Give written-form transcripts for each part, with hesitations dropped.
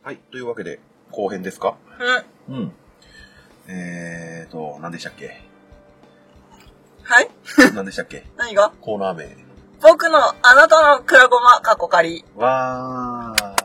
はい。というわけで、後編ですか？ うん。 うん。何でしたっけ？ はい。 何でしたっけ？ 何が？ コーナー名。 僕のあなたのくらごま、かっこかり。 わー。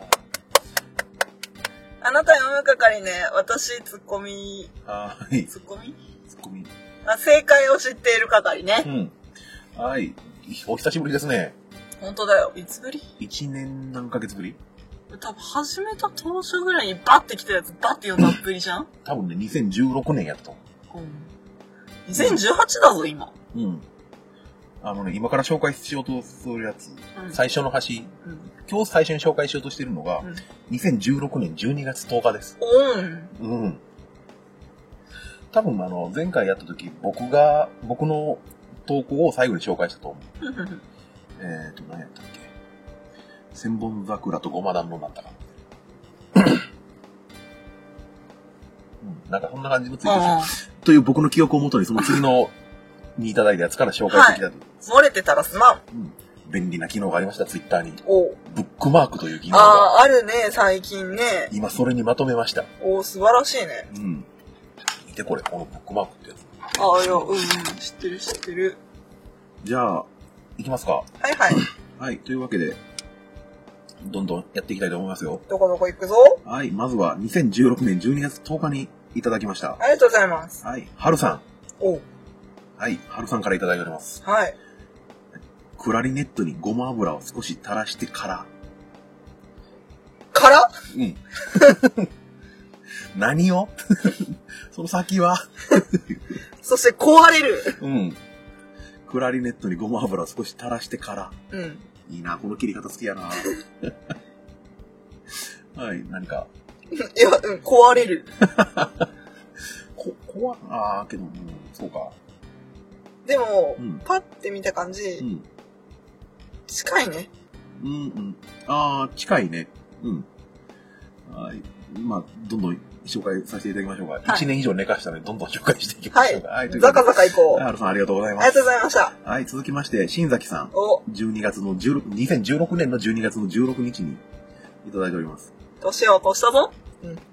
あなた読む係ね、私、ツッコミ。 はい。 ツッコミ？ ツッコミ。 正解を知っている係ね。 うん。はい。お久しぶりですね。 本当だよ。いつぶり ？1年何ヶ月ぶり？ 多分始めた当初ぐらいにバッて来たやつ、バッて読んだっぷりじゃん？ 多分ね、2016年やったと思う。2018だぞ、今。 うん。今から紹介しようとするやつ、最初の橋、今日最初に紹介しようとしてるのが、2016年12月10日です。うん。多分前回やった時、僕の投稿を最後に紹介したと思う。何やったっけ？千本桜とごま団のなんだか。なんかそんな感じのツイートしてという僕の記憶をもとにその次のにいただいたやつから紹介してきた、はい、 漏れてたらすまん。 便利な機能がありました、ツイッターに。ブブックマークという機能が。 あるね、最近ね。 今それにまとめました。 素晴らしいね。 見てこれ、このブックマークってやつ。 いや、知ってる。 じゃあ、いきますか。 はいはい。 はい、というわけで、どんどんやっていきたいと思いますよ。 どこ行くぞ。 はい、まずは2016年12月10日にいただきました。 ありがとうございます。 はい、はるさん。はい、はるさんからいただいております。 はい。 クラリネットにごま油を少し垂らしてから。 から何をその先はそして壊れる。 クラリネットにごま油を少し垂らしてから。いいな、この切り方好きやな。はい、何か。 いや、壊れる。 けど、そうか。 でも、パッて見た感じ、近いね。 近いね。はい。まあ、どんどん紹介させていただきましょうか。1年以上寝かしたので、どんどん紹介していきましょうか。はい。 ザカザカ行こう。 はるさん、ありがとうございます。 ありがとうございました。 はい、続きまして、新崎さん。2016年の12月の16日にいただいております。 年を越したぞ。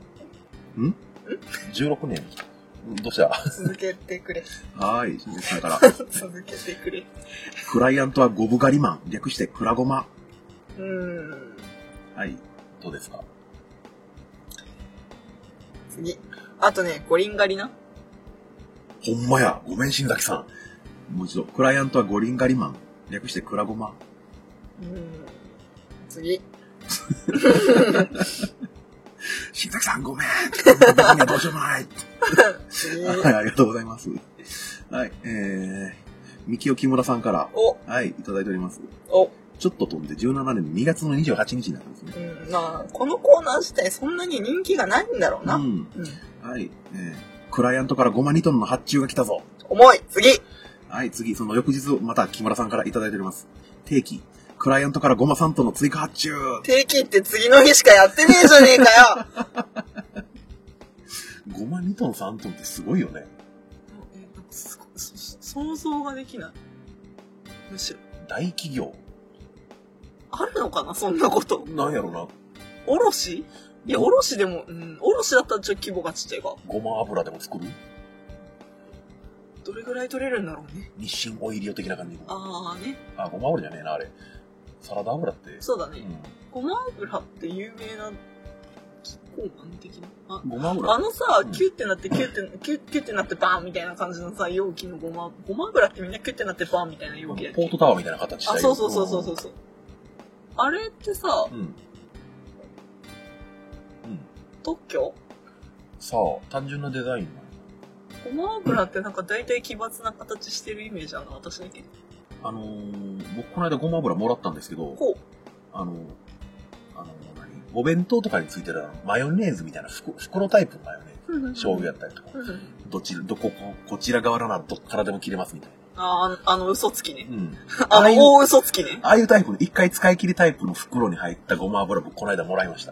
16年どうした？ 続けてくれ。 はい、新崎さんから。 続けてくれ。 クライアントはゴブガリマン、略してクラゴマ。はい、どうですか？ 次。あとね、ゴリンガリな。 ほんまや、ごめん新崎さん。もう一度、クライアントはゴリンガリマン、略してクラゴマ。 次。 新崎さんごめん。僕にはどうしようもない。はい、ありがとうございます。はい、三木尾木村さんから、はい、いただいております。ちょっと飛んで17年の2月の28日になるんですね。 このコーナー自体そんなに人気がないんだろうな。 はい、クライアントから5万2トンの発注が来たぞ。 重い。次。 はい、次、その翌日、また木村さんからいただいております。定期。クライアントから5万3トンの追加発注。 定期って次の日しかやってねえじゃねえかよ。 5万2トン3トンってすごいよね。 想像ができない。むしろ。 大企業。 あるのかなそんなこと。 なんやろな。 おろし？いや、おろしでも、おろしだったらちょっと規模がちっちゃいか。 ごま油でも作る？ どれぐらい取れるんだろうね。 日清オイリオ的な感じ。 ね。 ごま油じゃねえな、あれ。サラダ油って。 そうだね。ごま油って有名な、キッコーマン的な。 ごま油キュッてなって、キュッてなってバーンみたいな感じのさ、容器のごま油ってみんなキュッてなってバーンみたいな容器だっけ？ ポートタワーみたいな形したよ。 そう。あれってさ、特許？さあ、単純なデザイン。 ごま油ってなんか大体奇抜な形してるイメージあるの、私だけ。 僕この間ごま油もらったんですけど、お弁当とかについてるマヨネーズみたいな袋タイプのマヨネーズ。醤油やったりとか。こちら側ならどっからでも切れますみたいな。 嘘つきね。大嘘つきね。 ああいうタイプの一回使い切りタイプの袋に入ったごま油僕この間もらいました。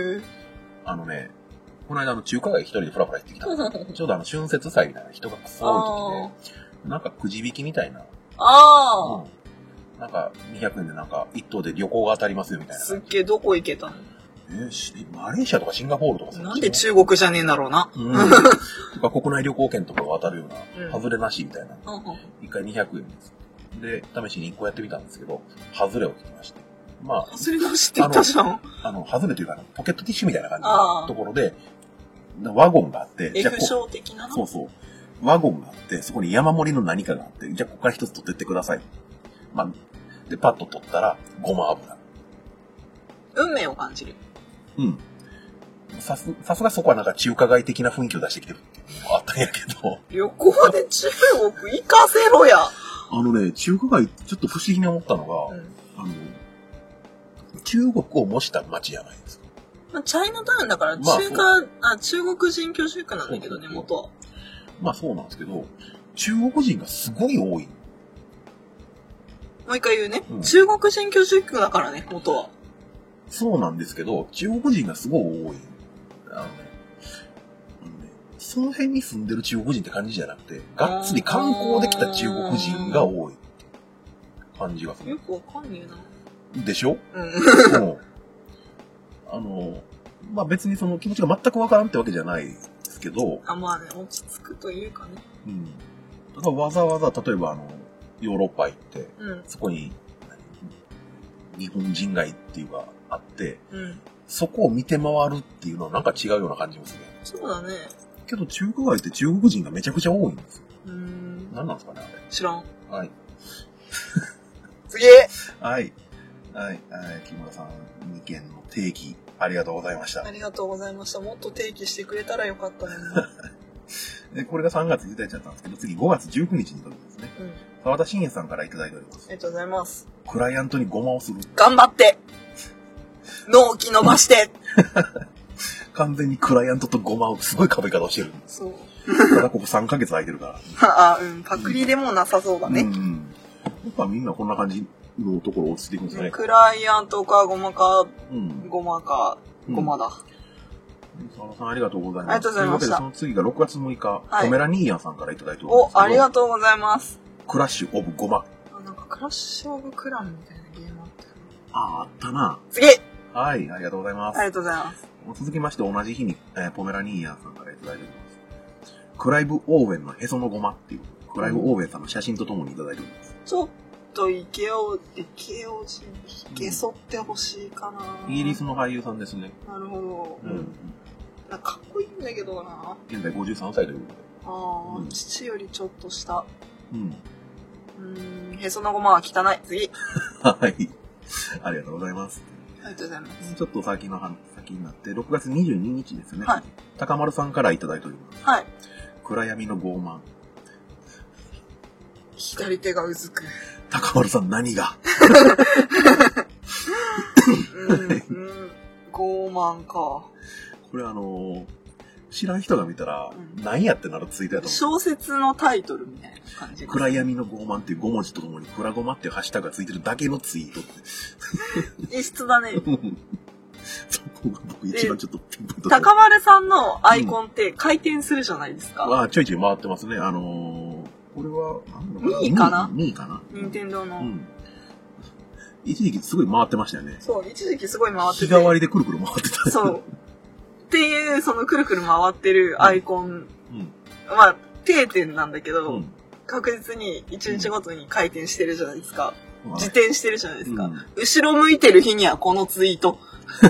この間中華街一人でフラフラ行ってきたんですよ。ちょうど春節祭みたいな人がくそ多い時で、なんかくじ引きみたいな。なんか200円でなんか一等で旅行が当たりますよみたいな。 すっげえ、どこ行けたの？ マレーシアとかシンガポールとかなんで中国じゃねえんだろうな。 とか国内旅行券とかが当たるような、外れなしみたいな。1回200円です。で、試しに1個やってみたんですけど、外れを聞きまして。まあ、 外れなしって言ったじゃん。 外れというか、ポケットティッシュみたいな感じのところで、ワゴンがあって、 F 賞的なの？ そうそう。ワゴンがあって、そこに山盛りの何かがあって、じゃあここから一つ取ってってください。まあ、で、パッと取ったら、ごま油。 運命を感じる。 うん。さすがそこはなんか中華街的な雰囲気を出してきてるっていうのがあったんやけど。 旅行で中国行かせろや。 中華街ちょっと不思議に思ったのが、中国を模した街じゃないですか。 まあ、チャイナタウンだから中国人居住区なんだけどね、元は。 まあそうなんですけど、中国人がすごい多い。もう一回言うね。中国人居住区だからね、元は。 そうなんですけど、中国人がすごい多い。その辺に住んでる中国人って感じじゃなくて、がっつり観光できた中国人が多い感じがする。 よくわかんねえな。 でしょ？まあ別にその気持ちが全くわからんってわけじゃないですけど。 まあね、落ち着くというかね。 だからわざわざ例えばヨーロッパ行って、そこに日本人街っていうかあって、そこを見て回るっていうのはなんか違うような感じもする。 そうだね。 けど中華街って中国人がめちゃくちゃ多いんですよ。何なんですかね、あれ。 知らん。 はい。 次。 はい。木村さん、2件の定義、ありがとうございました。 ありがとうございました。もっと定義してくれたらよかったのに。 で、これが3月1日だったんですけど、次5月19日に撮るんですね。沢田信也さんからいただいております。 ありがとうございます。 クライアントにごまをする。 頑張って納期伸ばして完全にクライアントとごまをすごい被り方をしてるんです。 そう。 ただここ3ヶ月空いてるから。 パクリでもなさそうだね。 やっぱみんなこんな感じのところ落ち着いていくんですね。 クライアントかごまか、ごまか、ごまだ。 沢田さんありがとうございます。 ありがとうございました。 というわけでその次が6月6日、ポメラニーヤンさんからいただいております。 ありがとうございます。 クラッシュオブごま。 なんかクラッシュオブクランみたいなゲームあったよ。 あったな。 次。 はい、ありがとうございます。 ありがとうございます。 続きまして同じ日に、ポメラニーヤンさんからいただいております。クライブ・オーウェンのへそのごまっていう、クライブ・オーウェンさんの写真とともにいただいております。 ちょっとイケオジ、いけそってほしいかな。 イギリスの俳優さんですね。 なるほど。なんかかっこいいんだけどな。 現在53歳ということで。父よりちょっとした。へそのごまは汚い。次。 はい。ありがとうございます。 ありがとうございます。 ちょっと先になって、6月22日ですね。はい。高丸さんからいただいております。 はい。 暗闇の傲慢。 左手がうずく。 高丸さん何が傲慢か。 これ知らん人が見たら、何やってなるツイートやと思う。 小説のタイトルみたいな感じ。 暗闇の傲慢っていう5文字とともに、暗ごまっていうハッシュタグがついてるだけのツイートって。 異質だね。 そこが僕一番ちょっとピンポイント。 高丸さんのアイコンって回転するじゃないですか。 ちょいちょい回ってますね。これは、 2位かな ?2 位かな任天堂の。 一時期すごい回ってましたよね。 そう、一時期すごい回ってて。 日替わりでくるくる回ってた。 そう。っていう、そのくるくる回ってるアイコン。まあ、定点なんだけど、確実に1日ごとに回転してるじゃないですか。自転してるじゃないですか。後ろ向いてる日にはこのツイート。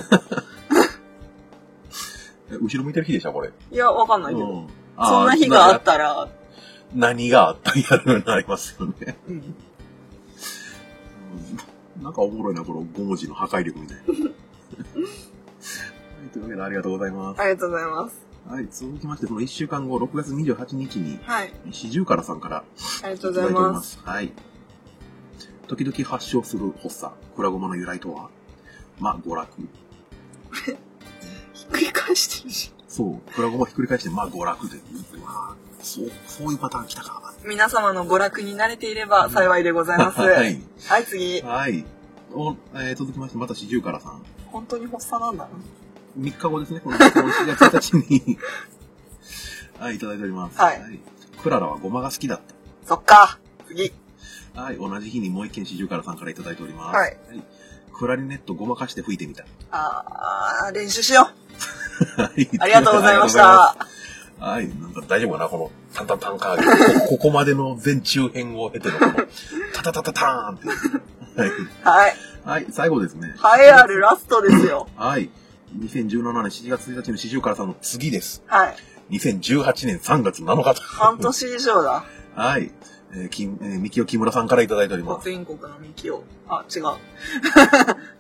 後ろ向いてる日でしたこれ。 いや、わかんないけど。そんな日があったら。 何があったんやるようになりますよね。なんかおもろいな、この5文字の破壊力みたいな。というわけでありがとうございます。 ありがとうございます。 はい、続きまして、その1週間後、6月28日に、 はい。 四十からさんから、 ありがとうございます。 はい。時々発症する発作、クラゴマの由来とは娯楽。 ひっくり返してるし。 そう、クラゴマひっくり返して、娯楽で。そういうパターン来たか。 皆様の娯楽に慣れていれば幸いでございます。はい。はい、次。 はい。続きまして、また四十からさん。 本当に発作なんだな。 3日後ですね、この4月1日に。はい、いただいております。はい。クララはゴマが好きだった。 そっか。次。 はい、同じ日にもう一件四十からさんからいただいております。 はい。 クラリネットごまかして吹いてみた。 練習しよう。 はい。 ありがとうございました。 はい。なんか大丈夫かなこの、タンタンタンカーここまでの前中編を経ての、この、タタタタターンっていう。 はい。 はい。最後ですね。 栄えあるラストですよ。 はい。2017年7月1日の四十からさんの次です。 はい。 2018年3月7日と。 半年以上だ。 はい。みきお木村さんからいただいております。 全国のみきお。違う。はい。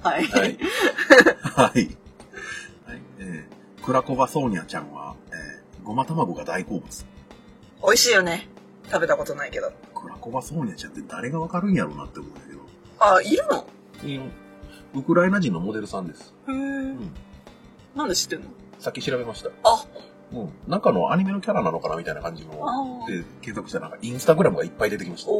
はい。 はい。はい。クラコバソーニャちゃんは、ごま卵が大好物。 美味しいよね。食べたことないけど。 クラコバソーニャちゃんって誰がわかるんやろうなって思うんだけど。 いるの？ ウクライナ人のモデルさんです。 へぇなんで知ってんの？ さっき調べました。なんかのアニメのキャラなのかなみたいな感じので検索したらなんかインスタグラムがいっぱい出てきました。よ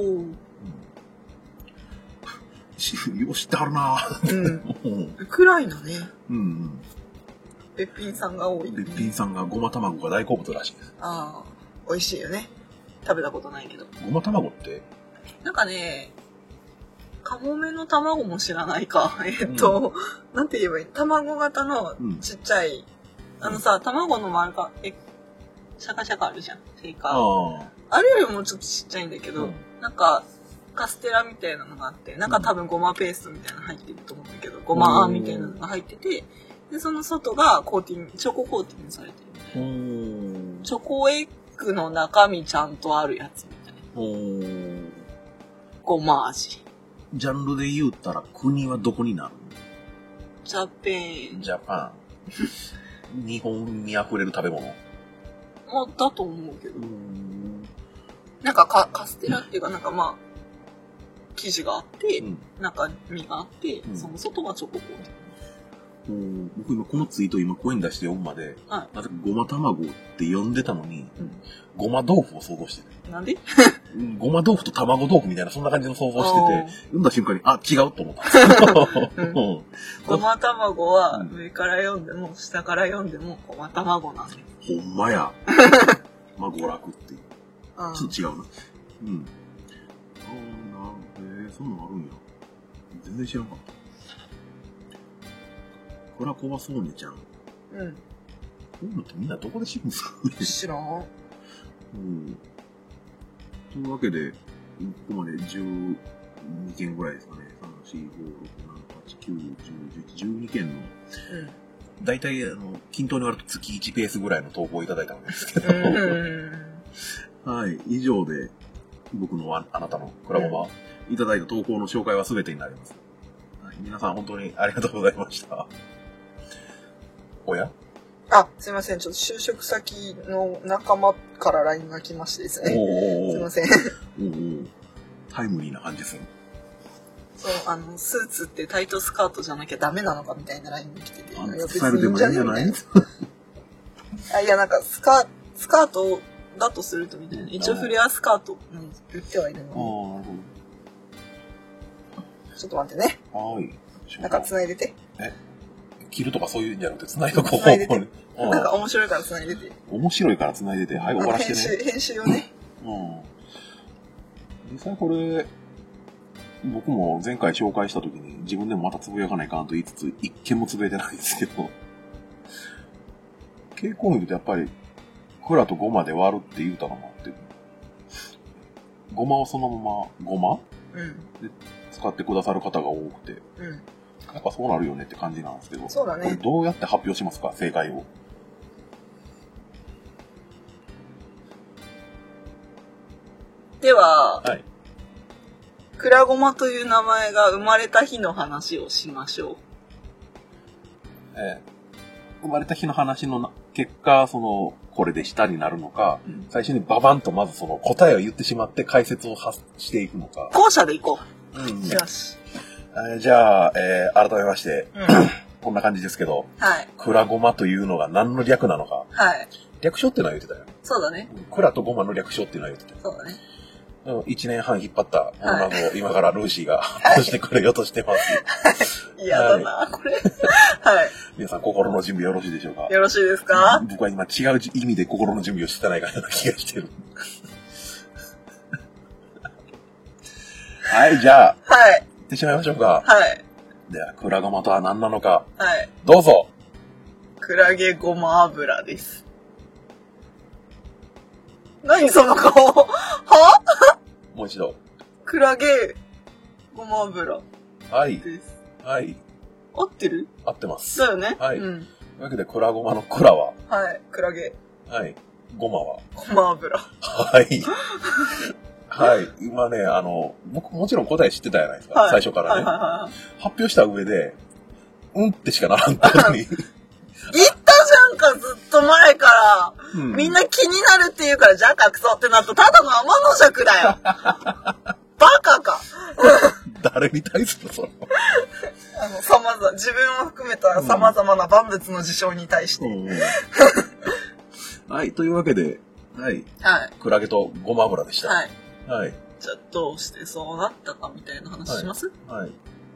う知ってはるなぁ。 ウクライナね。べっぴんさんが多い、 べっぴんさんがごま卵が大好物らしいです。 美味しいよね。食べたことないけど。 ごま卵ってなんかね、カモメの卵も知らないか。なんて言えばいい？卵型のちっちゃい、卵の丸か、シャカシャカあるじゃん。シェイカー。あれよりもちょっとちっちゃいんだけど、なんか、カステラみたいなのがあって、なんか多分ごまペーストみたいなの入ってると思うんだけど、ごまあんみたいなのが入ってて、で、その外がチョココーティングされてるみたいな。チョコエッグの中身ちゃんとあるやつみたいな。ごま味。 ジャンルで言うたら国はどこになるの？ ジャパン。日本に溢れる食べ物？ だと思うけど。なんかカステラっていうかなんか生地があって、なんか身があって、その外がチョココーティング。 僕今このツイート声に出して読むまで、なぜかごま卵って呼んでたのに、ごま豆腐を想像してて。 なんで？ ごま豆腐と卵豆腐みたいなそんな感じの想像してて、読んだ瞬間に、違うと思った。 ごま卵は上から読んでも下から読んでもごま卵なんです。 ほんまや。娯楽っていう。ちょっと違うな。そんなのあるんや。全然知らんかった。クラコバソーニちゃん。こういうのってみんなどこで知るんですかね？ 知らん。 というわけで、ここまで12件ぐらいですかね。3、4、5、6、7、8、9、10、11、12件の、大体、均等に割ると月1ペースぐらいの投稿をいただいたんですけど、はい、以上で、僕のあなたのクラコバ、いただいた投稿の紹介は全てになります。はい、皆さん本当にありがとうございました。おや？ すいません。ちょっと就職先の仲間から LINE が来ましてですね。すいません。 タイムリーな感じする。 そう、スーツってタイトスカートじゃなきゃダメなのかみたいな LINE が来てて。 スタイルでもいいんじゃない？ いや、なんかスカートだとするとみたいな。一応フレアスカート言ってはいるので。ちょっと待ってね。なんか繋いでて。 切るとかそういうんじゃなくて繋いでこう。 なんか面白いから繋いでて。 面白いから繋いでて。はい、終わらせてね。 編集をね。 実際これ、僕も前回紹介した時に自分でもまたつぶやかないかなと言いつつ、一件もつぶやいてないんですけど、傾向を見るとやっぱり、クラとゴマで割るって言うたのもあって、ゴマをそのまま、ゴマで使ってくださる方が多くて、やっぱそうなるよねって感じなんですけど、 そうだね。 これどうやって発表しますか、正解を。 では、クラゴマという名前が生まれた日の話をしましょう。生まれた日の話の結果、これでしたになるのか、最初にババンとまずその答えを言ってしまって解説をしていくのか。 後者でいこう。よし。 じゃあ、改めまして、こんな感じですけど、クラゴマというのが何の略なのか。略称っていうのは言ってたよね。 そうだね。 クラとゴマの略称っていうのは言ってた。 そうだね。 1年半引っ張ったものなどを今からルーシーが発表してくれようとしてます。 嫌だな、これ。 皆さん心の準備よろしいでしょうか？ よろしいですか？ 僕は今違う意味で心の準備をしてないかような気がしてる。はい、じゃあ。行ってしまいましょうか。 では、クラゴマとは何なのか。 はい。 どうぞ。 クラゲごま油です。何その顔はもう一度。 クラゲごま油。 はい。はい。 合ってる？ 合ってます。 だよね。 はい。というわけで、クラゴマのクラは？ はい。クラゲ。 はい。ゴマは？ ごま油。 はい。はい。今ね、僕もちろん答え知ってたじゃないですか。はい、最初からね、発表した上で、ってしかならんことに。言ったじゃんか、ずっと前から。みんな気になるって言うから、じゃあ隠そうってなったただの天の尺だよ。バカか。 誰に対するその自分を含めた様々な万物の事象に対して。 はい、というわけで、はい。はい。クラゲとごま油でした。 はい。 はい。 じゃあ、どうしてそうなったかみたいな話します？ はい。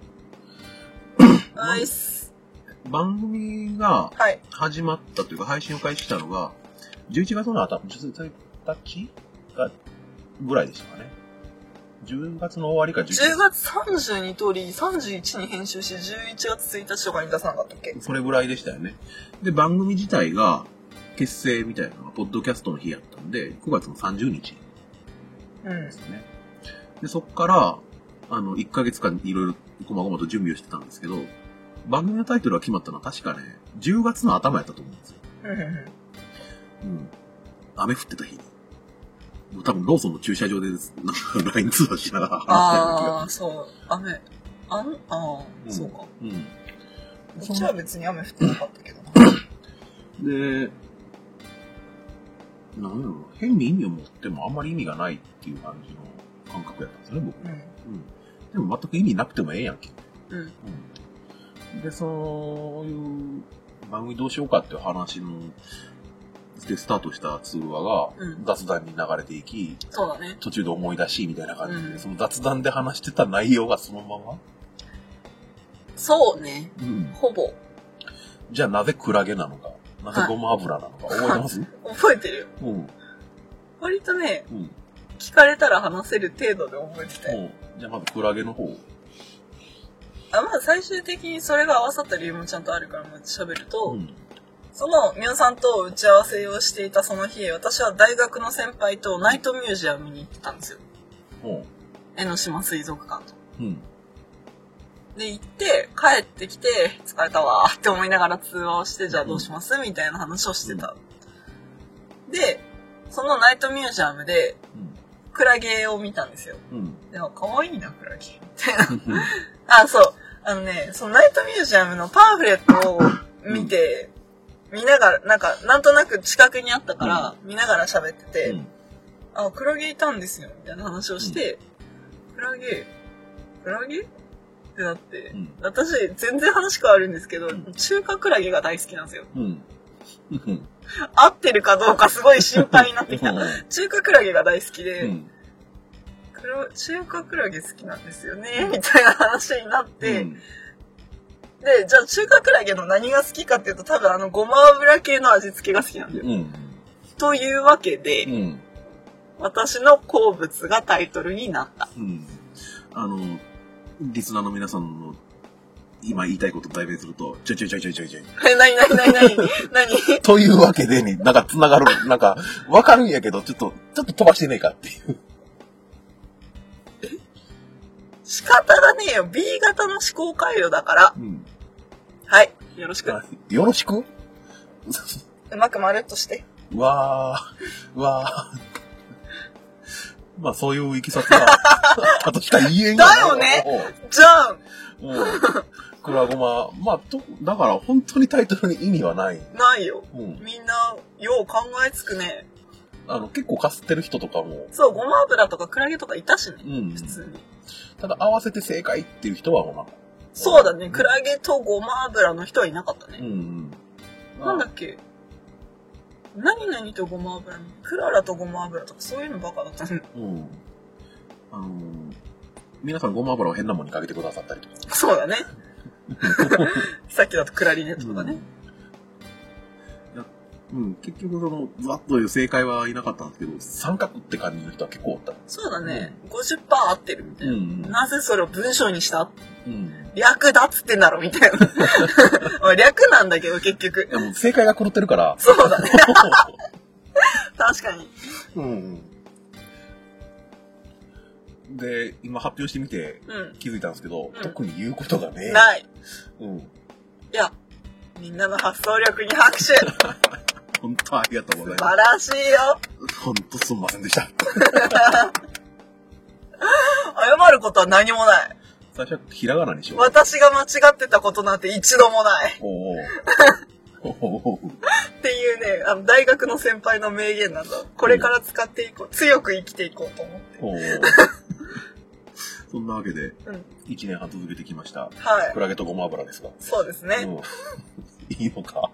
ナイス。 番組が始まったというか、配信を開始したのが、11月の頭、11日ぐらいでしたかね。10月の終わりか 10月30に撮り、31に編集し、11月1日とかに出さなかったっけ？ それぐらいでしたよね。で、番組自体が結成みたいなのが、ポッドキャストの日やったんで、9月の30日ですね。で、そっから、1ヶ月間いろいろ細々と準備をしてたんですけど、番組のタイトルが決まったのは確かね、10月の頭やったと思うんですよ。雨降ってた日に。多分ローソンの駐車場でなんか LINE 通話しながら話してる時が。 ああ、そう。雨。そうか。こっちは別に雨降ってなかったけどな。 で、なんだろう、変に意味を持ってもあんまり意味がないっていう感じの感覚やったんですよね、僕。でも全く意味なくてもええやんけ。で、そういう番組どうしようかっていう話のでスタートした通話が雑談に流れていき、 そうだね。 途中で思い出しみたいな感じで、その雑談で話してた内容がそのまま。 そうね。ほぼ。 じゃあなぜクラゲなのか、なぜごま油なのか、覚えてます？ 覚えてるよ。割とね、聞かれたら話せる程度で覚えてたよ。 じゃあまずクラゲの方。 まあ最終的にそれが合わさった理由もちゃんとあるからまず喋ると、そのミョンさんと打ち合わせをしていたその日、私は大学の先輩とナイトミュージアム見に行ってたんですよ。江ノ島水族館と。で、行って、帰ってきて、疲れたわーって思いながら通話をして、じゃあどうしますみたいな話をしてた。で、そのナイトミュージアムで、クラゲを見たんですよ。でも、かわいいな、クラゲ。みたいな。そう。そのナイトミュージアムのパンフレットを見て、見ながら、なんとなく近くにあったから、見ながら喋ってて、クラゲいたんですよ、みたいな話をして、クラゲってなって、私、全然話変わるんですけど、中華クラゲが大好きなんですよ。合ってるかどうかすごい心配になってきた。中華クラゲが大好きで、中華クラゲ好きなんですよね、みたいな話になって、で、じゃあ中華クラゲの何が好きかっていうと、多分ごま油系の味付けが好きなんだよ。というわけで、私の好物がタイトルになった。 リスナーの皆さんの今言いたいことを代弁すると、ちょい。何というわけでに、繋がる、わかるんやけど、ちょっと飛ばしてねえかっていう。 仕方がねえよ。B 型の思考回路だから。はい。よろしく。 よろしく？ うまくまるっとして。 わー。まあそういういきさつがあとしか言えんがだよね。じゃん。 クラゴマ、だから本当にタイトルに意味はない。 ないよ。みんなよう考えつくね。 結構かすってる人とかも。 そう、ごま油とかクラゲとかいたしね。普通に。 ただ合わせて正解っていう人はそうだね。クラゲとごま油の人はいなかったね。なんだっけ。何々とごま油、クララとごま油とかそういうのばっかだったね。 皆さんごま油を変なものにかけてくださったりとか。 そうだね。さっきだとクラリネットとかね。 結局ずわっという正解はいなかったんですけど、三角って感じの人は結構おった。 そうだね。50% 合ってるみたいな。なぜそれを文章にした、 略だっつってんだろみたいな。略なんだけど結局。 も正解が狂ってるから。 そうだね。確かに。うん。 で、今発表してみて気づいたんですけど、特に言うことがね。 ない。うん。いや、みんなの発想力に拍手。 本当ありがとうございます。 素晴らしいよ。 本当すんませんでした。 謝ることは何もない。 最初はひらがなにしよう。 私が間違ってたことなんて一度もない。っていうね、大学の先輩の名言なんだ。これから使っていこう。強く生きていこうと思って。 そんなわけで、1年半続けてきました。 はい。 クラゲとごま油ですが。 そうですね。 いいのか。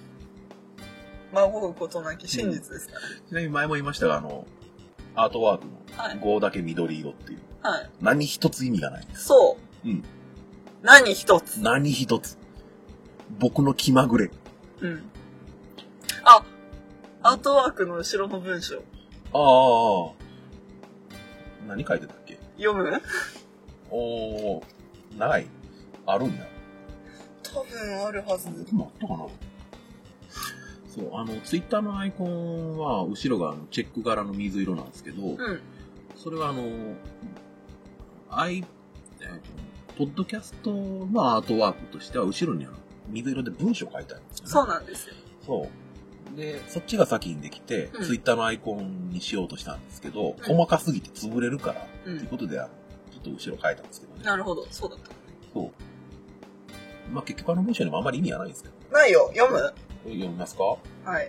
守ることなき真実ですから、ね。 ちなみに前も言いましたが、アートワークの5だけ緑色っていう。はい。何一つ意味がないんです。 そう。うん。何一つ。 何一つ。僕の気まぐれ。うん。 あ、アートワークの後ろの文章。 ああ。何書いてたっけ？ 読む？ おー、ない。あるんや。 多分あるはず。 でもあったかな？そう、ツイッターのアイコンは、後ろがチェック柄の水色なんですけど、うん、それはポッドキャストのアートワークとしては、後ろに水色で文章書いてあるんですよね。 そうなんですよ。 そう。で、そっちが先にできて、ツイッターのアイコンにしようとしたんですけど、細かすぎて潰れるから、ということで、ちょっと後ろ変えたんですけどね。 なるほど、そうだった。 そう。まあ結局文章にもあんまり意味はないんですけど。 ないよ、読む？ 読みますか？ はい。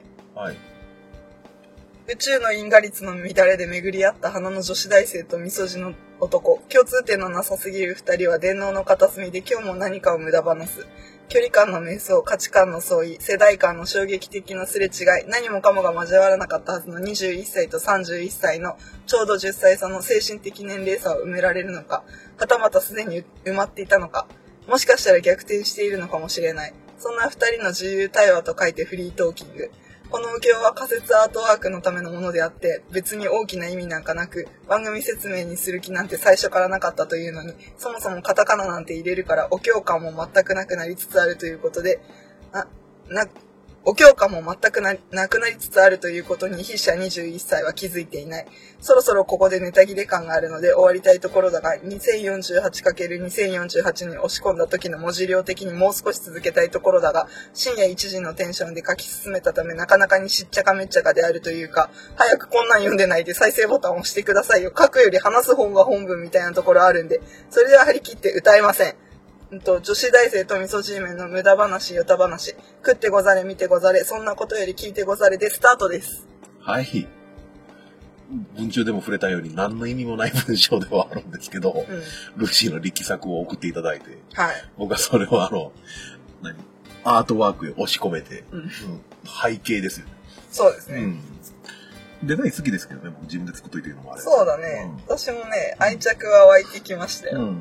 はい。 宇宙の因果率の乱れで巡り合った花の女子大生とみそじの男。共通点のなさすぎる二人は電脳の片隅で今日も何かを無駄話す。距離感の迷走、価値観の相違、世代間の衝撃的なすれ違い、何もかもが交わらなかったはずの21歳と31歳のちょうど10歳差の精神的年齢差を埋められるのか、はたまたすでに埋まっていたのか、もしかしたら逆転しているのかもしれない。そんな二人の自由対話と書いてフリートーキング。この請負は仮説アートワークのためのものであって、別に大きな意味なんかなく、番組説明にする気なんて最初からなかったというのに、そもそもカタカナなんて入れるからお経感も全くなくなりつつあるということで、お経感も全くなくなりつつあるということに筆者21歳は気づいていない。そろそろここでネタ切れ感があるので終わりたいところだが、2048×2048 に押し込んだ時の文字量的にもう少し続けたいところだが、深夜1時のテンションで書き進めたためなかなかにしっちゃかめっちゃかであるというか、早くこんなん読んでないで再生ボタンを押してくださいよ。書くより話す方が本文みたいなところあるんで、それでは張り切って歌えません。女子大生と味噌汁麺の無駄話、よた話、食ってござれ、見てござれ、そんなことより聞いてござれでスタートです。 はい。文中でも触れたように何の意味もない文章ではあるんですけど、ルーシーの力作を送っていただいて、はい、僕はそれをアートワークへ押し込めて、背景ですよね。 そうですね。 デザイン好きですけどね、自分で作っといてるのもあれ。 そうだね。私もね、愛着は湧いてきましたよ。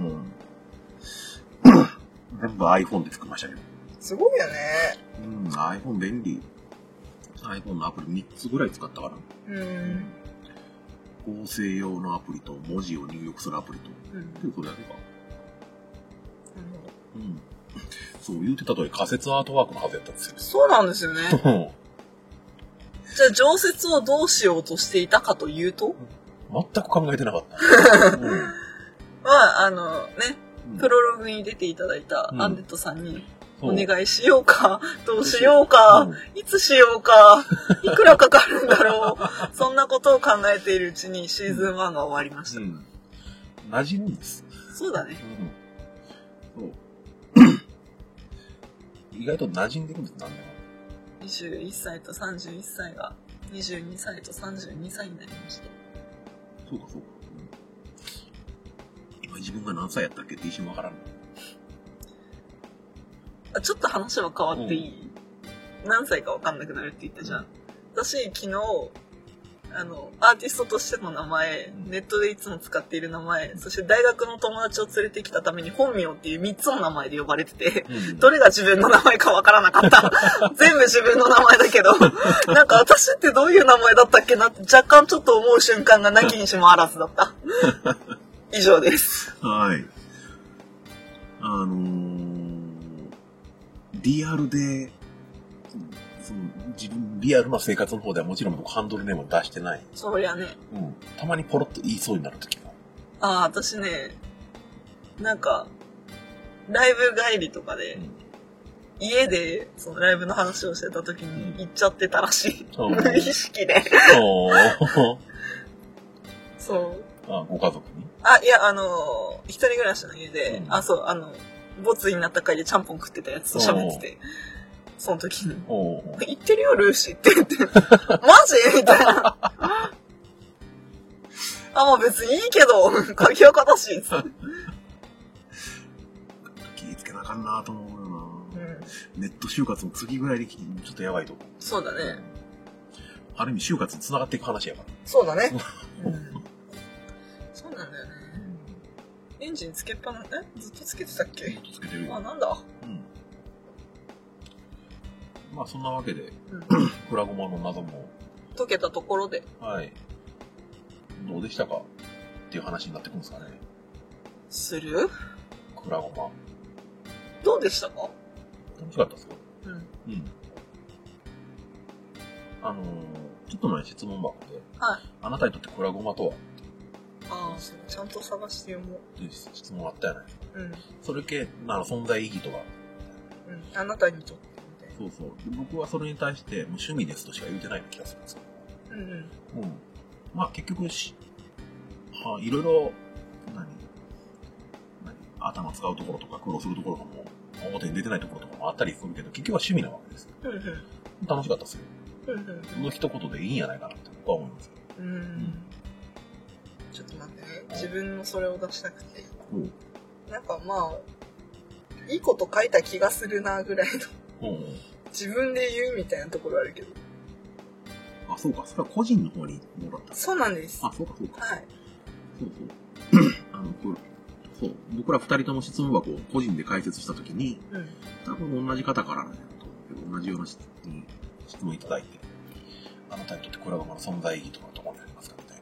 全部 iPhone で作りましたけど。 すごいよね。 iPhone 便利。iPhone のアプリ3つぐらい使ったかな。合成用のアプリと文字を入力するアプリと。それやれば。そう言ってた通り仮説アートワークのはずやったんですよ。 そうなんですよね。じゃあ常設をどうしようとしていたかというと？ 全く考えてなかった。 プロログに出ていただいたアンデッドさんにお願いしようか、どうしようか、いつしようか、いくらかかるんだろう、そんなことを考えているうちにシーズン1が終わりました。 馴染むんです。 そうだね。 そう意外と馴染んでるんです、何でも。 21歳と31歳が22歳と32歳になりました。 そうか。自分が何歳やったっけって一瞬わからん。 ちょっと話は変わっていい？何歳かわかんなくなるって言ったじゃん。私昨日アーティストとしての名前、ネットでいつも使っている名前、そして大学の友達を連れてきたために本名っていう3つの名前で呼ばれてて、どれが自分の名前かわからなかった。全部自分の名前だけど、なんか私ってどういう名前だったっけなって若干ちょっと思う瞬間がなきにしもあらずだった。以上です。 はい。 リアルで、リアルな生活の方ではもちろん僕ハンドルネーム出してない。 そりゃね。 うん。たまにポロッと言いそうになるときも。 私ね、なんか、ライブ帰りとかで、家でそのライブの話をしてたときに言っちゃってたらしい。無意識で。そう。 ご家族に？ いや、一人暮らしの家で、ボツになった回でちゃんぽん食ってたやつと喋ってて、その時に、言ってるよ、ルーシーって言って、マジみたいな。もう別にいいけど、鍵垢だし。 気ぃつけなあかんなと思うよな、ネット就活の次ぐらいでちょっとやばいと思う。 そうだね。 ある意味就活に繋がっていく話やから。 そうだね。そうなんだよね。エンジンつけっぱな、ずっとつけてたっけ？ ずっとつけてるよ。 なんだ。 まあそんなわけで、クラゴマの謎も解けたところで。 はい。どうでしたかっていう話になってくるんですかね。 する？ クラゴマ。 どうでしたか？ 楽しかったですよ。ちょっと前質問箱で、あなたにとってクラゴマとは？ そう。ちゃんと探して読もう。 質問あったじゃないですか。それ系、存在意義とか。 あなたにとって。 そうそう。僕はそれに対して趣味ですとしか言うてないような気がするんですよ。まあ結局いろいろ頭使うところとか苦労するところも表に出てないところとかもあったりするけど、結局は趣味なわけです。楽しかったですよ。その一言でいいんやないかなって僕は思いますけど。 ちょっと待ってね。自分のそれを出したくて。なんかいいこと書いた気がするなぐらいの。自分で言うみたいなところあるけど。 そうか。それは個人の方にもらった。 そうなんです。 そうか。 はい。 そう。僕ら二人とも質問箱を個人で解説したときに、多分同じ方からなんやと思うけど、同じような質問いただいて、あなたにとってクラゴマの存在意義とかどこにありますかみたい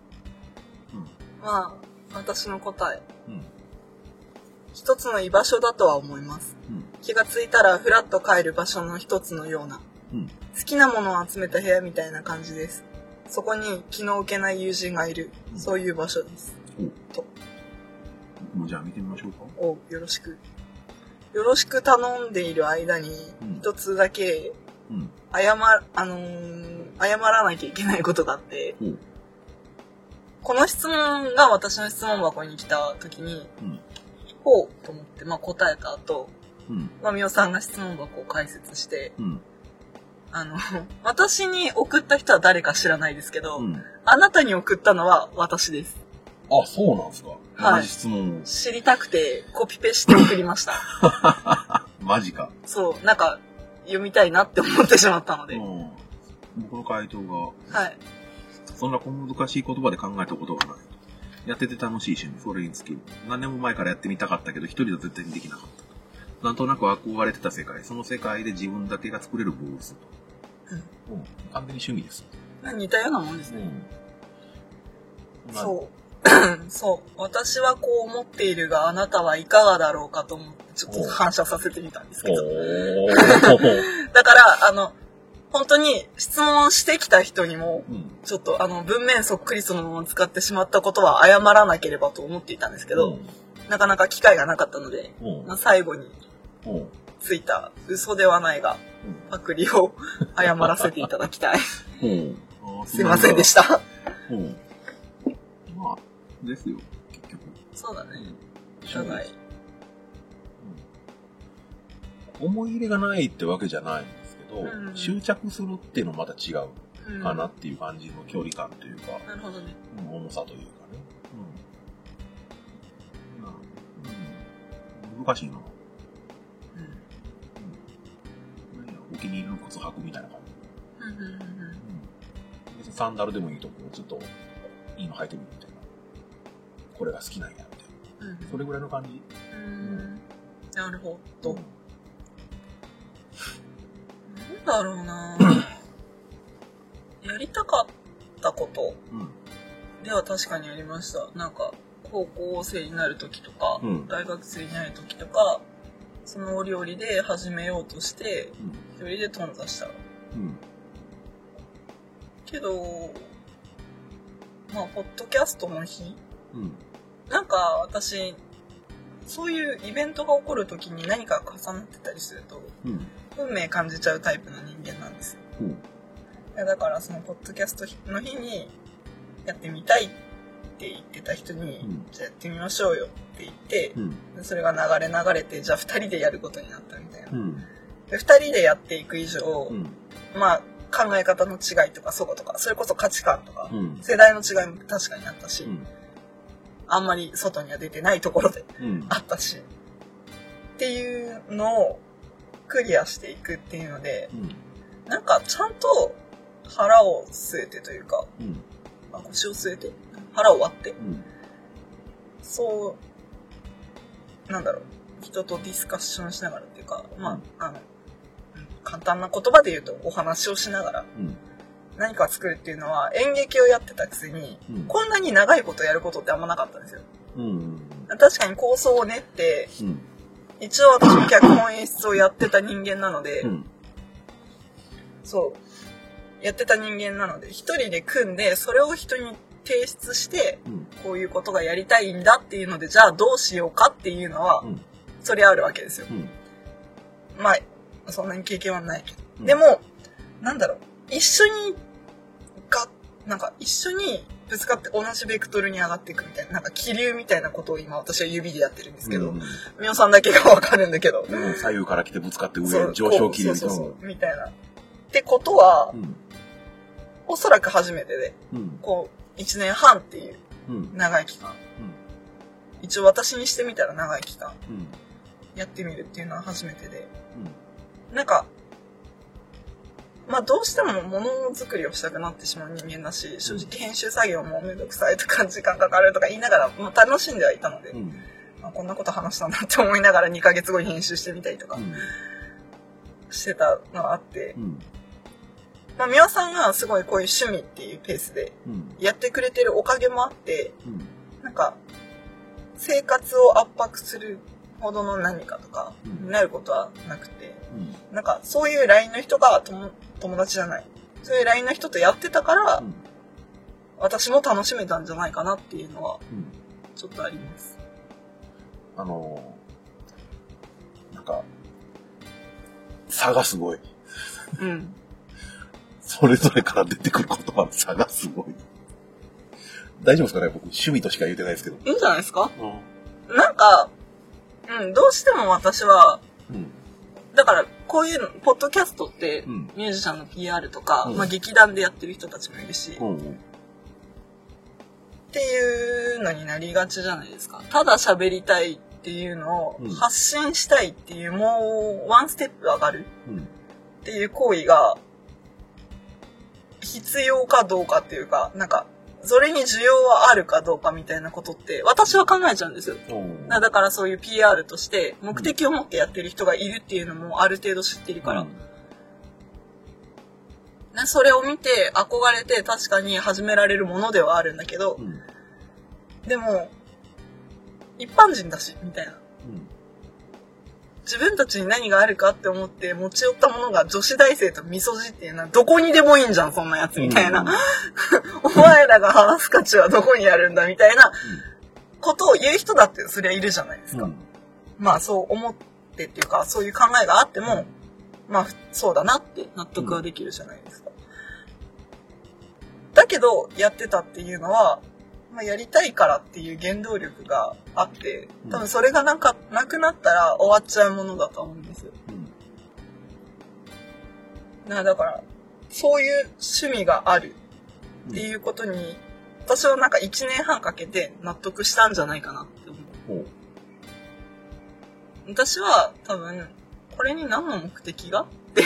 なね。私の答え。一つの居場所だとは思います。気がついたらフラッと帰る場所の一つのような、好きなものを集めた部屋みたいな感じです。そこに気の置けない友人がいる、そういう場所です。と。 もうじゃあ見てみましょうか。 よろしく。よろしく頼んでいる間に一つだけ謝らなきゃいけないことがあって、この質問が私の質問箱に来た時に、ほうと思って答えた後、みおさんが質問箱を解説して、私に送った人は誰か知らないですけど、あなたに送ったのは私です。 そうなんですか。同じ質問を。 知りたくてコピペして送りました。 マジか。 そう、読みたいなって思ってしまったので。 僕の回答が、そんな小難しい言葉で考えたことがない。やってて楽しい趣味、それにつき、何年も前からやってみたかったけど、一人では絶対にできなかった。なんとなく憧れてた世界、その世界で自分だけが作れるブースと。完全に趣味です。 似たようなもんですね。そう。そう。私はこう思っているが、あなたはいかがだろうかと思って、ちょっと反射させてみたんですけど。だから、本当に質問してきた人にも、ちょっと文面そっくりそのまま使ってしまったことは謝らなければと思っていたんですけど、なかなか機会がなかったので、最後についた嘘ではないが、パクリを謝らせていただきたい。すいませんでした。 ですよ、結局。 そうだね。お互い。 思い入れがないってわけじゃないんですけど、執着するっていうのはまた違うかなっていう感じの距離感というか、 なるほどね。 重さというかね。難しいな。お気に入りの靴履くみたいな感じ。別にサンダルでもいいと思う。ちょっといいの履いてみるみたいな。これが好きなんやみたいな。それぐらいの感じ。 なるほど。なんだろうな。やりたかったことでは確かにありました。こ高校生になる時とか、大学生になる時とか、そのお料理で始めようとして、一人で頓挫した。けど、まあ、ポッドキャストの日、なんか私、そういうイベントが起こるときに何か重なってたりすると、運命感じちゃうタイプの人間なんですよ。だからそのポッドキャストの日にやってみたいって言ってた人に、じゃあやってみましょうよって言って、それが流れて、じゃあ2人でやることになったみたいな。で2人でやっていく以上、まあ考え方の違いとかそことか、それこそ価値観とか、世代の違いも確かにあったし、あんまり外には出てないところであったし、っていうのをクリアしていくっていうので、なんかちゃんと腹を据えてというか、腰を据えて腹を割って、そうなんだろう、人とディスカッションしながらっていうか、まあ簡単な言葉で言うとお話をしながら何か作るっていうのは、演劇をやってたくせに、こんなに長いことやることってあんまなかったんですよ。確かに構想を練って、一応私も脚本演出をやってた人間なので、やってた人間なので、一人で組んでそれを人に提出して、こういうことがやりたいんだっていうので、じゃあどうしようかっていうのは、そりゃあるわけですよ。まあそんなに経験はないけど、でもなんだろう、一緒にぶつかって同じベクトルに上がっていくみたいな、なんか気流みたいなことを今私は指でやってるんですけど、みおさんだけがわかるんだけど、 左右から来てぶつかって上上昇気流みたいなってことは、おそらく初めてで、こう1年半っていう長い期間、一応私にしてみたら長い期間やってみるっていうのは初めてで、なんかまあどうしてもものづくりをしたくなってしまう人間だし、正直編集作業もめんどくさいとか時間かかるとか言いながら、まあ、楽しんではいたので、まあ、こんなこと話したんだって思いながら2ヶ月後に編集してみたりとかしてたのがあって、まあ美輪さんがすごいこういう趣味っていうペースでやってくれてるおかげもあって、なんか生活を圧迫するほどの何かとかになることはなくて、なんかそういう LINE の人が友達じゃない、そういう LINE の人とやってたから、私も楽しめたんじゃないかなっていうのはちょっとあります。 なんか差がすごい。それぞれから出てくる言葉の差がすごい。大丈夫ですかね、僕趣味としか言うてないですけど。 いいんじゃないですか。なんかどうしても私は、だからこういうポッドキャストってミュージシャンの PR とか、まあ、劇団でやってる人たちもいるし、っていうのになりがちじゃないですか。ただ喋りたいっていうのを発信したいっていう、もうワンステップ上がるっていう行為が必要かどうかっていうか、なんかそれに需要はあるかどうかみたいなことって私は考えちゃうんですよ。だからそういう PR として目的を持ってやってる人がいるっていうのもある程度知ってるから、それを見て憧れて確かに始められるものではあるんだけど、でも一般人だしみたいな、自分たちに何があるかって思って持ち寄ったものが女子大生とみそじっていうのはどこにでもいいんじゃんそんなやつみたいな、お前らが話す価値はどこにあるんだみたいなことを言う人だってそりゃいるじゃないですか、まあそう思ってっていうかそういう考えがあってもまあそうだなって納得はできるじゃないですか、だけどやってたっていうのは、まあ、やりたいからっていう原動力があって、多分それがなくなったら終わっちゃうものだと思うんですよ。だからそういう趣味があるっていうことに私はなんか1年半かけて納得したんじゃないかなって思う。私は多分これに何の目的がって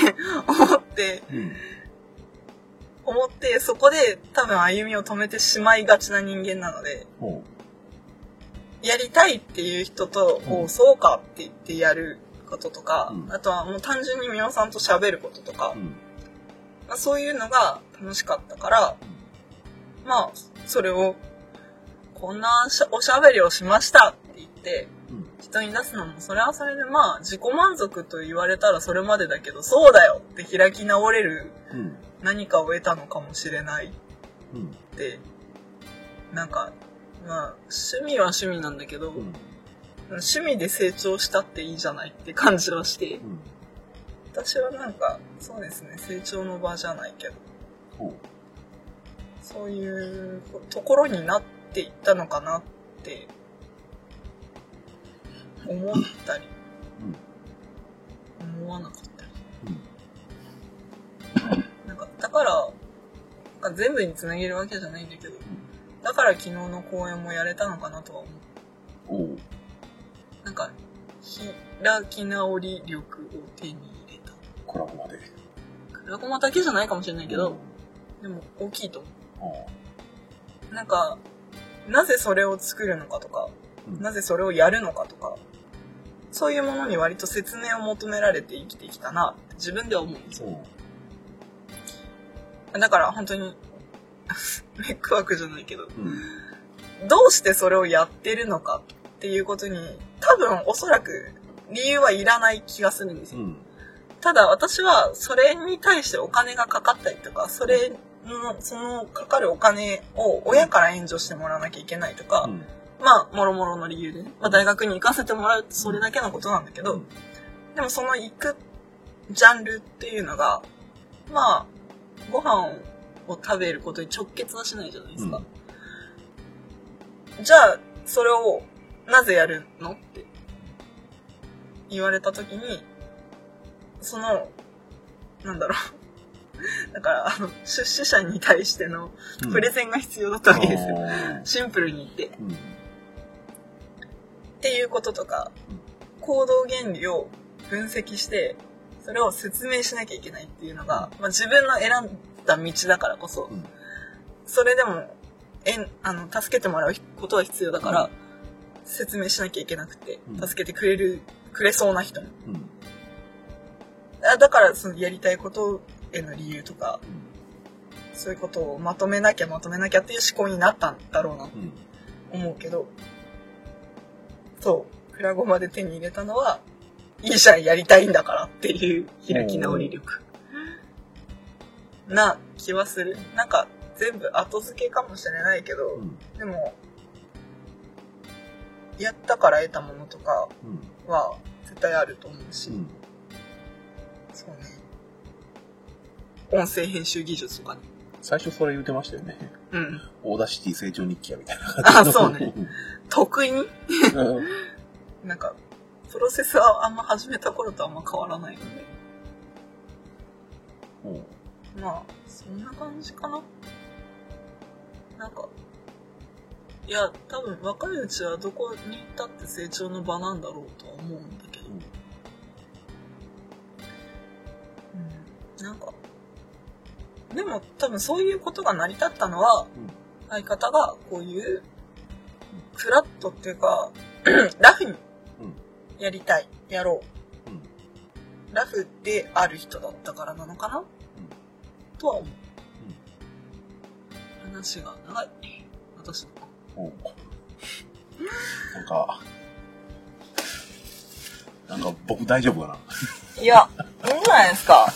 思ってそこで多分歩みを止めてしまいがちな人間なので、やりたいっていう人とそうかって言ってやることとか、あとはもう単純にみおさんと喋ることとか、まあ、そういうのが楽しかったから、まあそれをこんなおしゃべりをしましたって言って、人に出すのも、それはそれでまあ、自己満足と言われたらそれまでだけど、そうだよって開き直れる何かを得たのかもしれないって、なんか、まあ、趣味は趣味なんだけど、趣味で成長したっていいじゃないって感じはして、私はなんか、そうですね、成長の場じゃないけど、そういうところになっていったのかなって思ったり、思わなかったり、なんかだから全部につなげるわけじゃないんだけど、だから昨日の公演もやれたのかなとは思う。なんか開き直り力を手に入れた。 クラゴマで。 クラゴマだけじゃないかもしれないけど、でも大きいと思う。なんかなぜそれを作るのかとか、なぜそれをやるのかとか、そういうものに割と説明を求められて生きてきたなって自分では思うんですよ。だから本当にメックワークじゃないけど、どうしてそれをやってるのかっていうことに多分おそらく理由はいらない気がするんですよ。ただ私はそれに対してお金がかかったりとか、そのかかるお金を親から援助してもらわなきゃいけないとか、まあもろもろの理由でね、まあ、大学に行かせてもらうそれだけのことなんだけど、でもその行くジャンルっていうのがまあご飯を食べることに直結はしないじゃないですか。じゃあそれをなぜやるのって言われた時に、そのなんだろうだから出資者に対してのプレゼンが必要だったわけですよ、シンプルに言って、っていうこととか、行動原理を分析してそれを説明しなきゃいけないっていうのが、まあ、自分の選んだ道だからこそ、それでも助けてもらうことは必要だから、説明しなきゃいけなくて、助けてくれそうな人も、だからそのやりたいことへの理由とか、そういうことをまとめなきゃっていう思考になったんだろうなと思うけど、そうクラゴマで手に入れたのはいいじゃんやりたいんだからっていう開き直り力な気はする。なんか全部後付けかもしれないけど、でもやったから得たものとかは絶対あると思うし、そうね、音声編集技術とかね。 最初それ言ってましたよね。オーダーシティ成長日記やみたいな感じ。そうね。得意になんかプロセスはあんま始めた頃とあんま変わらないので、まあそんな感じかな。なんかいや多分若いうちはどこに行ったって成長の場なんだろうとは思うんだけど、なんかでも多分そういうことが成り立ったのは、相方がこういうフラットっていうかラフにやりたい、やろう、ラフである人だったからなのかな、とは思う。話が長い私のなんか僕大丈夫かな。 いやいいんじゃないですか。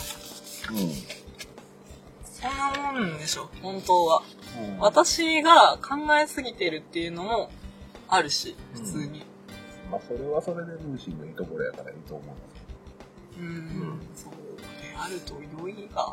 そんなもんでしょ本当は、私が考えすぎてるっていうのもあるし、普通に、 まあそれはそれでルーシーのいいところやからいいと思う。 そうであると良いが、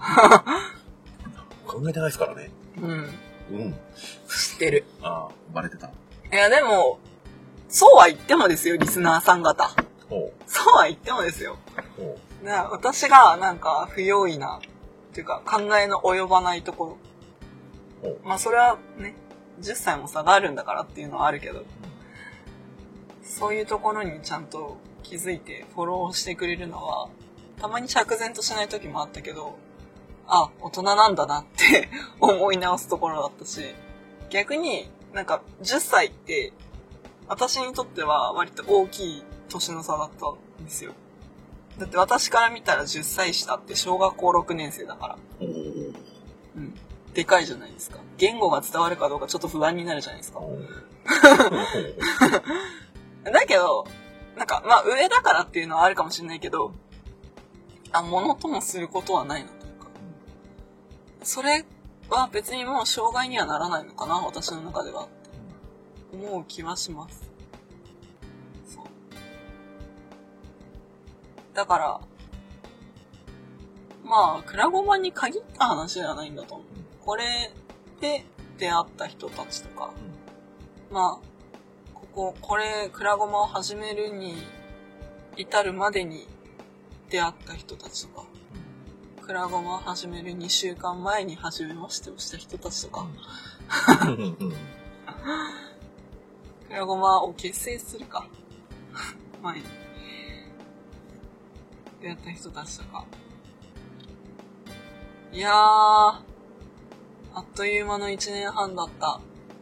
考えてないですからね。 知ってる。 ああ、バレてた。 いやでもそうは言ってもですよ、リスナーさん方。そうは言ってもですよ。私がなんか不用意なっていうか考えの及ばないところ、まあそれはね10歳も差があるんだからっていうのはあるけど、そういうところにちゃんと気づいてフォローしてくれるのはたまに釈然としない時もあったけど、あ、大人なんだなって思い直すところだったし、逆になんか10歳って私にとっては割と大きい年の差だったんですよ。だって私から見たら10歳下って小学校6年生だから。っでかいじゃないですか。言語が伝わるかどうかちょっと不安になるじゃないですか。だけど、なんか、まあ上だからっていうのはあるかもしれないけど、物ともすることはないのというか。それは別にもう障害にはならないのかな、私の中では。って思う気はします。そう。だから、まあ、クラゴマに限った話ではないんだと思う。これで出会った人たちとか、まあ、これ、クラゴマを始めるに至るまでに出会った人たちとか、クラゴマを始める2週間前に初めましてをした人たちとか、クラゴマを結成するか、前に出会った人たちとか、いやー、あっという間の1年半だった。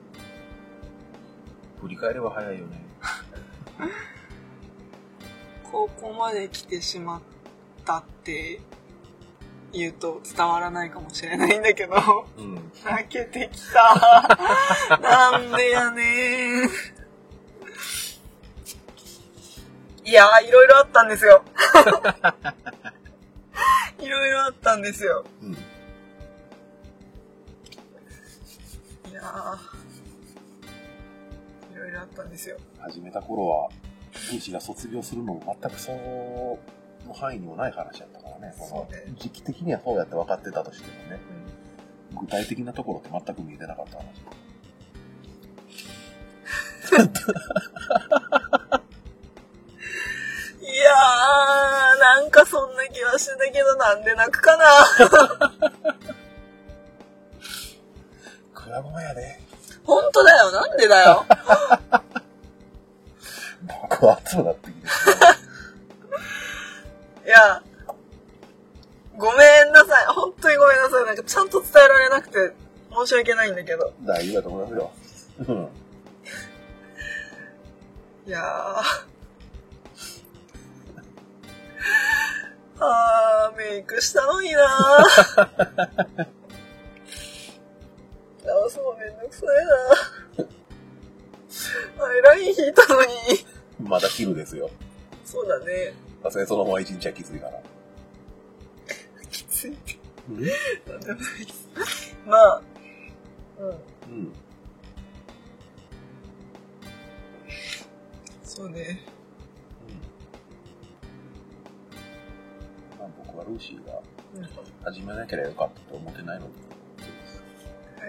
振り返れば早いよね。 ここまで来てしまったって言うと伝わらないかもしれないんだけど、泣けてきた。なんでやねー。いやー、いろいろあったんですよ。いろいろあったんですよ。いやー、いろいろあったんですよ。 始めた頃は、ルーシーが卒業するのも全くその範囲にもない話だったからね。 そうね。 時期的にはそうやって分かってたとしてもね、具体的なところって全く見えてなかった話。 いやー、なんかそんな気はしてたけど、なんで泣くかな。 クラゴマやで。 ほんとだよ、なんでだよ。 僕は熱くなってきて。 いや、ごめんなさい。本当にごめんなさい。なんかちゃんと伝えられなくて申し訳ないんだけど。 大丈夫だと思いますよ。 いやー。あー、メイクしたのになー。直すのめんどくさいな。アイライン引いたのに。 まだ昼ですよ。 そうだね。 さすがにそのまま一日はきついから。 きついって。なんでもないです。まあ、そうね。 僕はルーシーが始めなければよかったと思ってないので、 はい。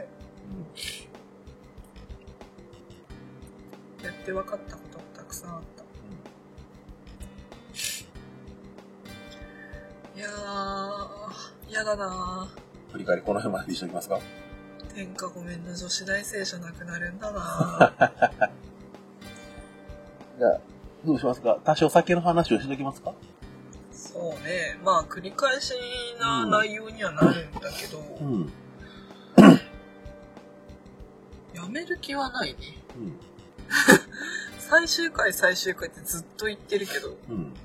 やって分かったことがたくさんあった。いやー、やだなー。振り返りこの辺までにしときますか。 天下ごめんの女子大生じゃなくなるんだなじゃあ、どうしますか。多少先の話をしときますか。 そうね。まあ、繰り返しな内容にはなるんだけど、やめる気はないね。最終回ってずっと言ってるけど。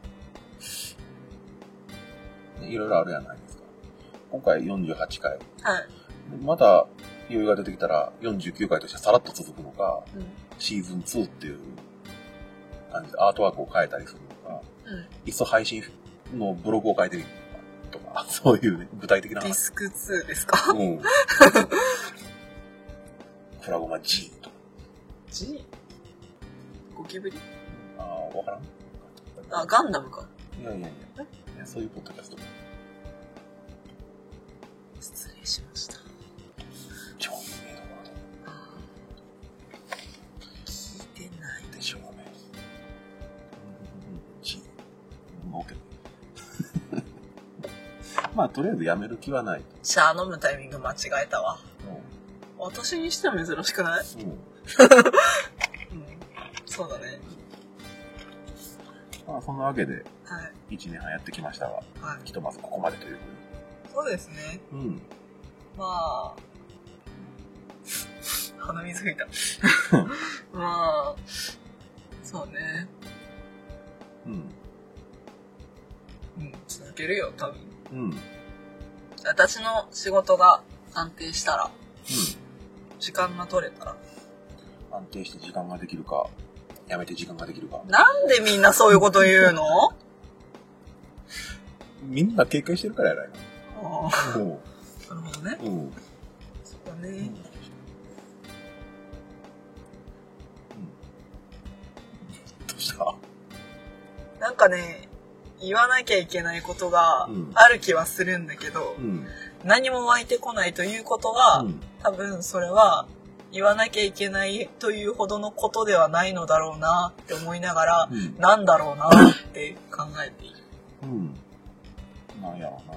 いろいろあるやないですか。今回48回。 はい。 また余裕が出てきたら49回としてさらっと続くのか、シーズン2っていう感じでアートワークを変えたりするのか、いっそ配信のブログを変えてみるとか、そういうね、具体的な話。 ディスク2ですか？ クラゴマ G とか。 G？ ゴキブリ？ わからん？ ガンダムか。 いや、そういうポッドキャスト。 失礼しました。 超有名なワード。 聞いてないでしょうね。G。OK。まあ、とりあえずやめる気はない。 シャー飲むタイミング間違えたわ。私にしては珍しくない？そうだね。 まあ、そんなわけで、1年半やってきましたが、ひとまずここまでというふうに。 そうですね。まあ、鼻水吹いた。まあ、そうね。続けるよ、多分。私の仕事が安定したら。時間が取れたら。 安定して時間ができるか、やめて時間ができるか。 なんでみんなそういうこと言うの？ みんな警戒してるからやないか。 ああ。なるほどね。そうだね。 どうした？ なんかね、言わなきゃいけないことがある気はするんだけど、何も湧いてこないということは、多分それは言わなきゃいけないというほどのことではないのだろうなって思いながら、なんだろうなって考えている。 なんやろうな。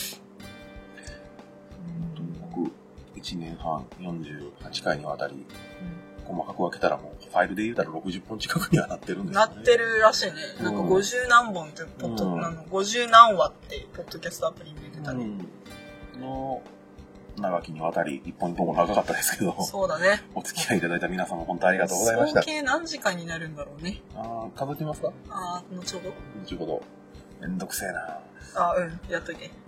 僕、1年半48回にわたり、細かく分けたらもうファイルで言うたら60本近くにはなってるんですよね。 なってるらしいね。なんか50何本って50何話ってポッドキャストアプリに出てたね。 の長きにわたり1本1本も長かったですけど。 そうだね。 お付き合いいただいた皆様本当ありがとうございました。 合計何時間になるんだろうね。 数えてみますか？ 後ほど。 後ほど。めんどくせえな。 やっといて。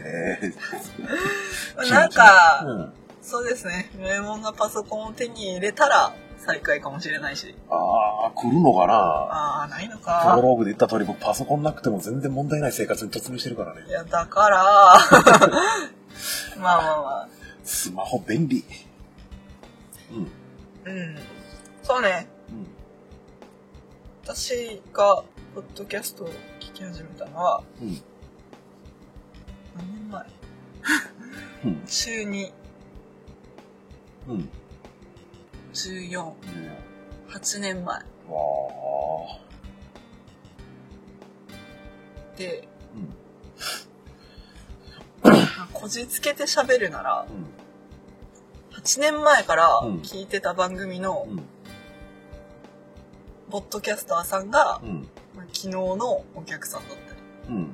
なんか、そうですね。レモンがパソコンを手に入れたら再開かもしれないし。 来るのかな？ ないのか。 プロローグで言った通り僕パソコンなくても全然問題ない生活に突入してるからね。 いや、だから、まあ。 スマホ便利。 そうね。私がポッドキャストを聞き始めたのは、何年前？中2。14。8年前。で、こじつけて喋るなら、8年前から聞いてた番組の、ポッドキャスターさんが、昨日のお客さんだったり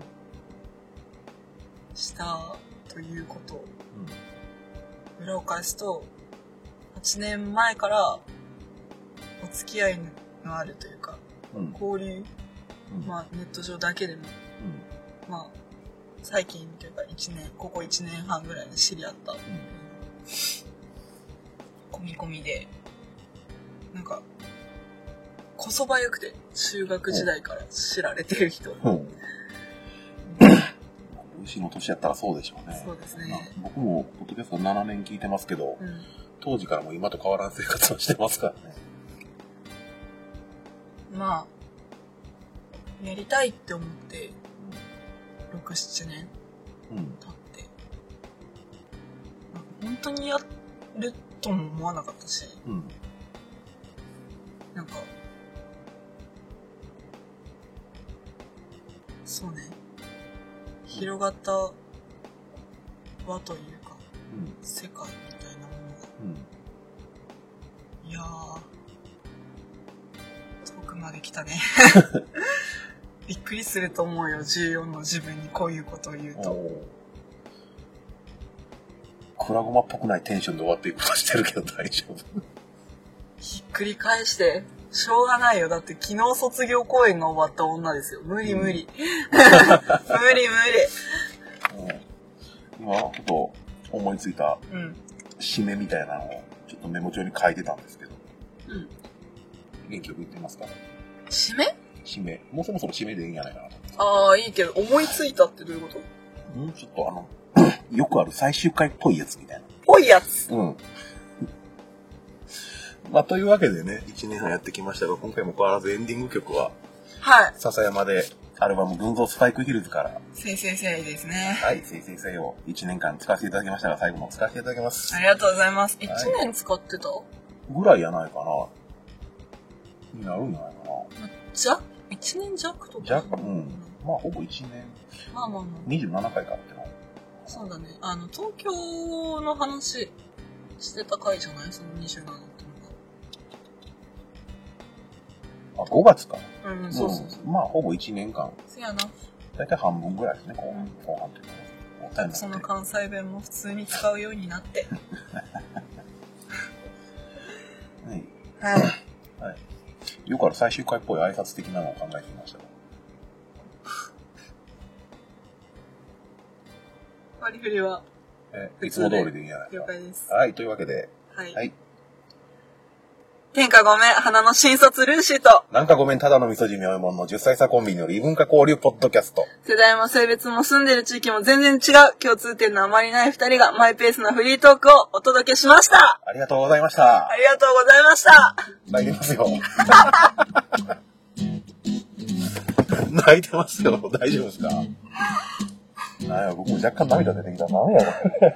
したということを、裏を返すと8年前からお付き合いのあるというか、交流、ネット上だけでも、最近というかここ1年半ぐらいで知り合った、込み込みでなんかこそばよくて中学時代から知られてる人。 牛の年やったらそうでしょうね。 そうですね。 僕もポッドキャスト7年聞いてますけど、当時からも今と変わらん生活をしてますからね。 やりたいって思って6、7年経って、本当にやるとも思わなかったし、なんかそうね、広がった輪というか、世界みたいなものが、いやー遠くまで来たね。びっくりすると思うよ、14の自分にこういうことを言うと。 クラゴマっぽくないテンションで終わっていくことしてるけど大丈夫？ ひっくり返してしょうがないよ。だって昨日卒業公演が終わった女ですよ。無理。無理。 今ちょっと思いついた締めみたいなのをちょっとメモ帳に書いてたんですけど、元気よく言ってみますか？ 締め？ 締め。もうそもそも締めでいいんじゃないかなと。 いいけど、思いついたってどういうこと？ ちょっとよくある最終回っぽいやつみたいな。 ぽいやつ？ というわけでね、1年半やってきましたが、今回も変わらずエンディング曲は、笹山でアルバム群像スパイクヒルズから、 せいですね。 はい、せいを1年間使わせていただきましたが、最後も使わせていただきます。 ありがとうございます。1年使ってた？ ぐらいやないかな。になるんじゃないかな。 1年弱とか？ 弱、ほぼ1年。27回かってな。 そうだね。東京の話してた回じゃない？その27ってのが。 5月か。 そう。 ほぼ1年間。 せやな。 だいたい半分ぐらいですね、後半っていうか。その関西弁も普通に使うようになって。 はい。よくある最終回っぽい挨拶的なのを考えてみました。 割り振りはいつも通りでいいんじゃないですか。 了解です。 はい、というわけで。 はい。天下ごめん、花の新卒ルーシーと。 なんかごめん、ただの味噌汁妙門の10歳差コンビによる異文化交流ポッドキャスト。 世代も性別も住んでる地域も全然違う共通点のあまりない二人がマイペースなフリートークをお届けしました。 ありがとうございました。 ありがとうございました。 泣いてますよ。泣いてますよ。大丈夫ですか？僕も若干涙出てきた。何やろ。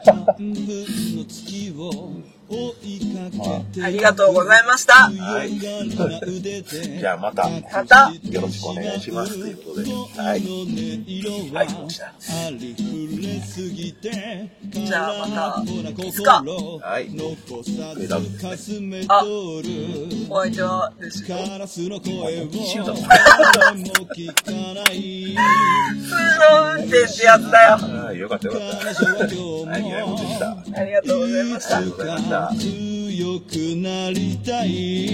ありがとうございました。 はい。じゃあまたよろしくお願いしますということで。はい。はい、こちら。 じゃあまたいつか。 はい。 あ、お相手はですよ。 2週だもん。 通常運転ってやつだよ。 はい、よかったよかった。はい、宮本でした。 ありがとうございました。 ありがとうございました。 強くなりたい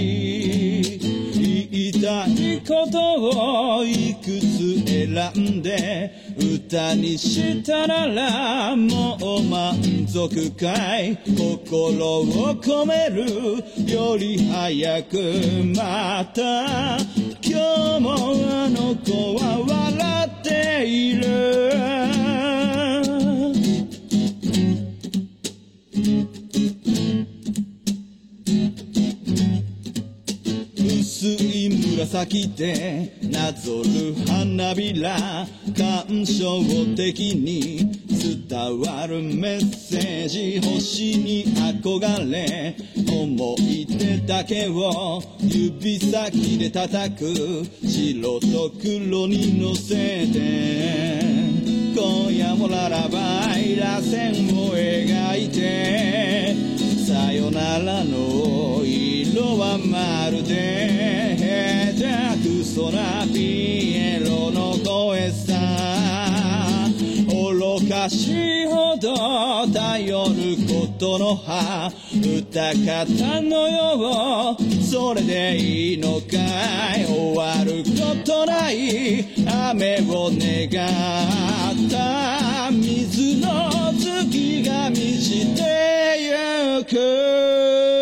言いたいことをいくつ選んで歌にしたならもう満足かい心を込めるより早くまた今日もあの子は笑っている薄い紫でなぞる花びら感傷的に伝わるメッセージ星に憧れ思い出だけを指先で叩く白と黒に乗せて今夜もララバイ螺旋を描いてさよならの色はまるで下手くそなピエロの声さ愚かしいほど頼ることの葉歌方のようそれでいいのかい終わることない雨を願った水の月が満ちてゆく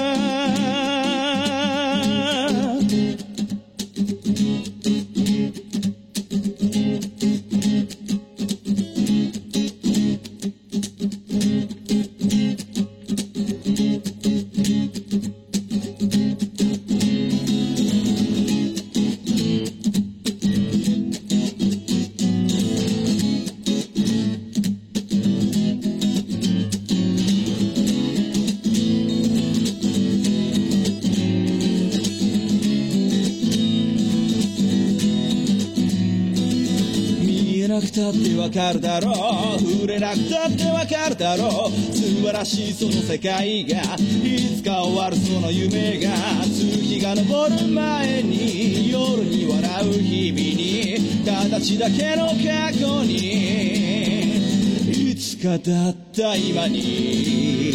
だってわかるだろう触れなくたってわかるだろう素晴らしいその世界がいつか終わるその夢が月が昇る前に夜に笑う日々に形だけの過去にいつかだった今に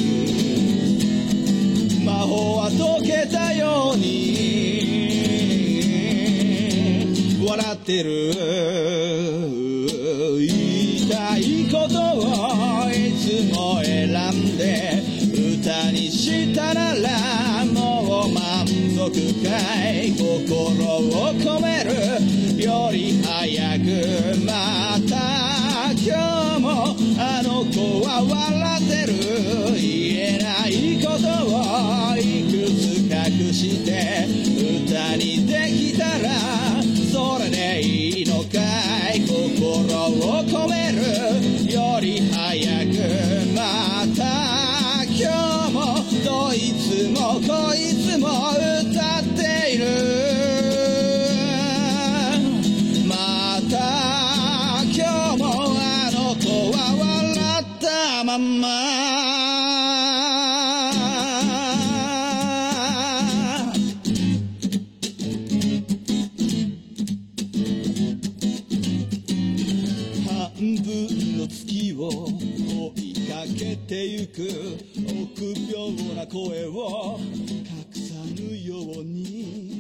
魔法は解けたように笑ってる言いたいことをいつも選んで歌にしたならもう満足かい心を込めるより早くまた今日もあの子は笑ってる言えないことをいくつ隠して歌にできたらそれでいいのかい心を込めるより早くまた今日もどいつもこいつも歌っているまた今日もあの子は笑ったまんまてゆく臆病な声を隠さぬように